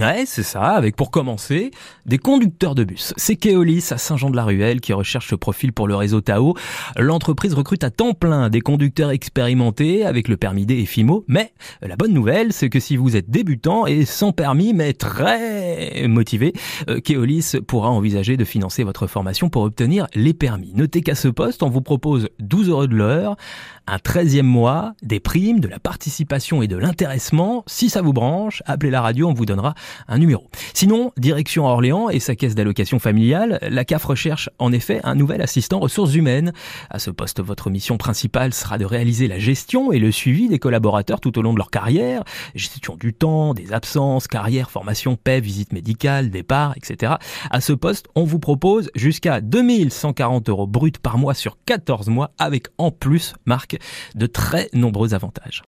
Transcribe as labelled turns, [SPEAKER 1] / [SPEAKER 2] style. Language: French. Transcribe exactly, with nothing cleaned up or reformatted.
[SPEAKER 1] Ouais, c'est ça, avec pour commencer, des conducteurs de bus. C'est Keolis à Saint-Jean-de-la-Ruelle qui recherche ce profil pour le réseau Tao. L'entreprise recrute à temps plein des conducteurs expérimentés avec le permis D et F I M O. Mais la bonne nouvelle, c'est que si vous êtes débutant et sans permis, mais très motivé, euh, Keolis pourra envisager de financer votre formation pour obtenir les permis. Notez qu'à ce poste, on vous propose douze euros de l'heure, un treizième mois, des primes, de la participation et de l'intéressement. Si ça vous branche, appelez la radio, on vous donnera un numéro. Sinon, direction Orléans et sa caisse d'allocation familiale, la C A F recherche en effet un nouvel assistant ressources humaines. À ce poste, votre mission principale sera de réaliser la gestion et le suivi des collaborateurs tout au long de leur carrière, gestion du temps, des absences, carrière, formation, paie, visite médicale, départ, et cetera. À ce poste, on vous propose jusqu'à deux mille cent quarante euros bruts par mois sur quatorze mois avec en plus, Marc, de très nombreux avantages.